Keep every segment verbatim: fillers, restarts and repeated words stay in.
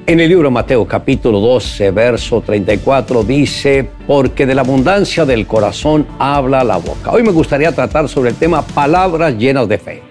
En el libro de Mateo capítulo doce, verso treinta y cuatro dice, porque de la abundancia del corazón habla la boca. Hoy me gustaría tratar sobre el tema palabras llenas de fe.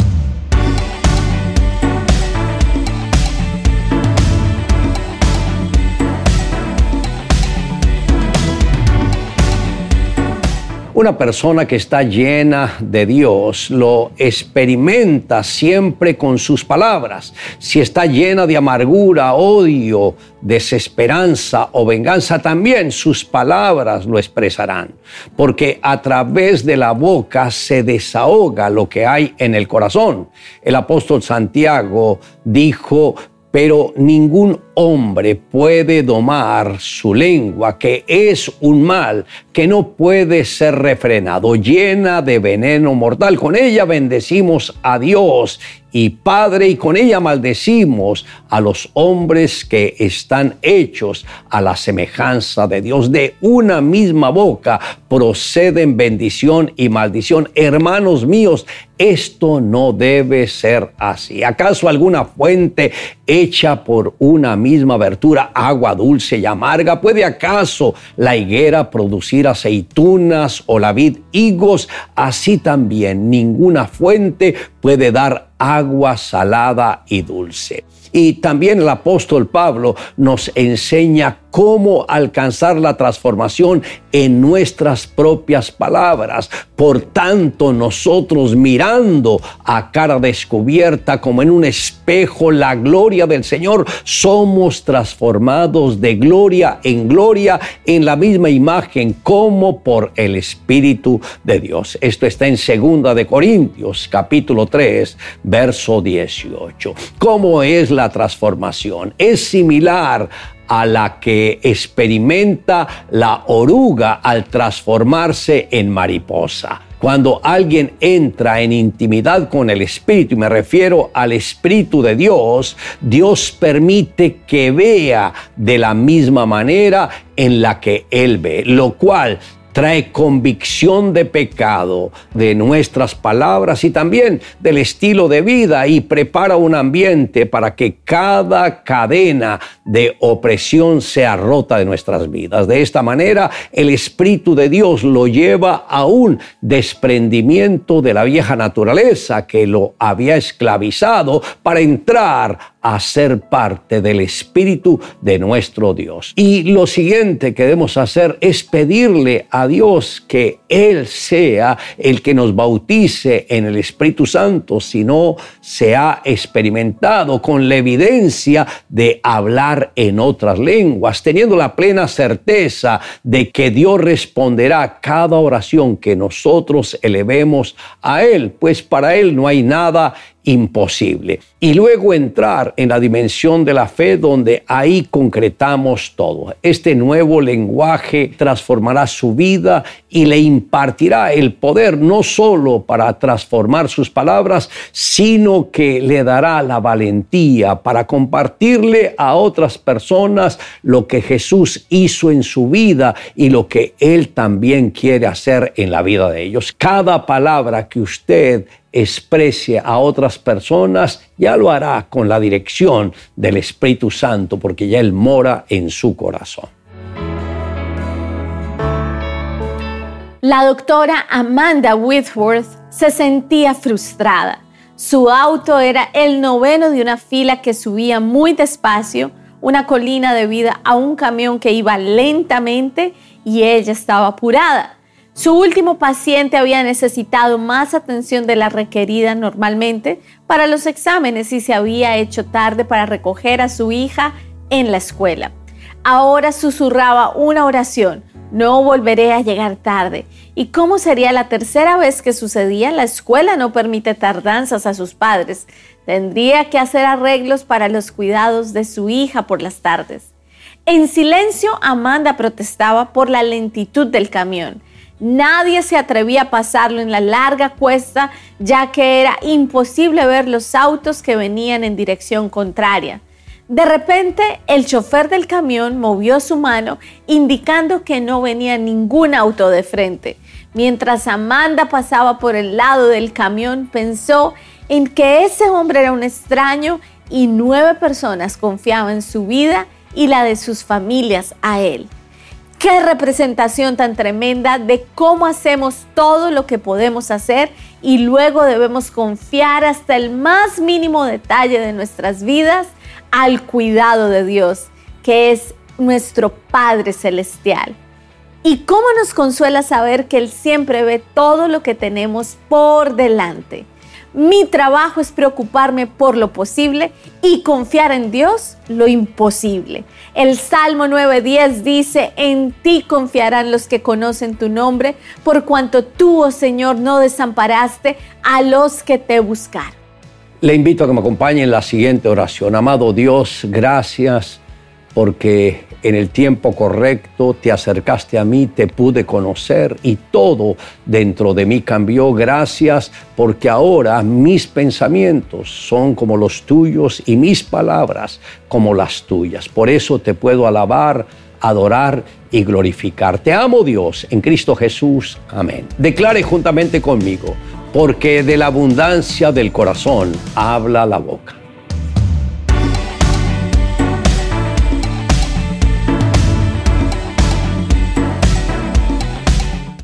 Una persona que está llena de Dios lo experimenta siempre con sus palabras. Si está llena de amargura, odio, desesperanza o venganza, también sus palabras lo expresarán. Porque a través de la boca se desahoga lo que hay en el corazón. El apóstol Santiago dijo, pero ningún hombre puede domar su lengua, que es un mal que no puede ser refrenado, llena de veneno mortal. Con ella bendecimos a Dios y Padre, y con ella maldecimos a los hombres que están hechos a la semejanza de Dios. De una misma boca proceden bendición y maldición. Hermanos míos, esto no debe ser así. ¿Acaso alguna fuente hecha por una misma abertura, agua dulce y amarga? ¿Puede acaso la higuera producir aceitunas o la vid higos? Así también ninguna fuente puede dar agua salada y dulce. Y también el apóstol Pablo nos enseña cómo alcanzar la transformación en nuestras propias palabras. Por tanto, nosotros mirando a cara descubierta como en un espejo la gloria del Señor, somos transformados de gloria en gloria en la misma imagen como por el Espíritu de Dios. Esto está en segunda de Corintios, capítulo tres, verso dieciocho. ¿Cómo es la transformación? Es similar a la que experimenta la oruga al transformarse en mariposa. Cuando alguien entra en intimidad con el Espíritu, y me refiero al Espíritu de Dios, Dios permite que vea de la misma manera en la que Él ve, lo cual trae convicción de pecado de nuestras palabras y también del estilo de vida, y prepara un ambiente para que cada cadena de opresión sea rota de nuestras vidas. De esta manera, el Espíritu de Dios lo lleva a un desprendimiento de la vieja naturaleza que lo había esclavizado para entrar a ser parte del Espíritu de nuestro Dios. Y lo siguiente que debemos hacer es pedirle a Dios que Él sea el que nos bautice en el Espíritu Santo si no se ha experimentado con la evidencia de hablar en otras lenguas, teniendo la plena certeza de que Dios responderá cada oración que nosotros elevemos a Él, pues para Él no hay nada imposible. Y luego entrar en la dimensión de la fe, donde ahí concretamos todo. Este nuevo lenguaje transformará su vida y le impartirá el poder no solo para transformar sus palabras, sino que le dará la valentía para compartirle a otras personas lo que Jesús hizo en su vida y lo que Él también quiere hacer en la vida de ellos. Cada palabra que usted exprese a otras personas, ya lo hará con la dirección del Espíritu Santo, porque ya Él mora en su corazón. La doctora Amanda Whitworth se sentía frustrada. Su auto era el noveno de una fila que subía muy despacio una colina debido a un camión que iba lentamente y ella estaba apurada. Su último paciente había necesitado más atención de la requerida normalmente para los exámenes y se había hecho tarde para recoger a su hija en la escuela. Ahora susurraba una oración: no volveré a llegar tarde. ¿Y cómo sería la tercera vez que sucedía? La escuela no permite tardanzas a sus padres. Tendría que hacer arreglos para los cuidados de su hija por las tardes. En silencio, Amanda protestaba por la lentitud del camión. Nadie se atrevía a pasarlo en la larga cuesta, ya que era imposible ver los autos que venían en dirección contraria. De repente, el chofer del camión movió su mano, indicando que no venía ningún auto de frente. Mientras Amanda pasaba por el lado del camión, pensó en que ese hombre era un extraño y nueve personas confiaban su vida y la de sus familias a Él. ¡Qué representación tan tremenda de cómo hacemos todo lo que podemos hacer y luego debemos confiar hasta el más mínimo detalle de nuestras vidas al cuidado de Dios, que es nuestro Padre Celestial! Y cómo nos consuela saber que Él siempre ve todo lo que tenemos por delante. Mi trabajo es preocuparme por lo posible y confiar en Dios lo imposible. El Salmo nueve diez dice: en ti confiarán los que conocen tu nombre, por cuanto tú, oh Señor, no desamparaste a los que te buscaron. Le invito a que me acompañe en la siguiente oración. Amado Dios, gracias porque en el tiempo correcto te acercaste a mí, te pude conocer y todo dentro de mí cambió. Gracias porque ahora mis pensamientos son como los tuyos y mis palabras como las tuyas. Por eso te puedo alabar, adorar y glorificar. Te amo, Dios, en Cristo Jesús. Amén. Declare juntamente conmigo: porque de la abundancia del corazón habla la boca.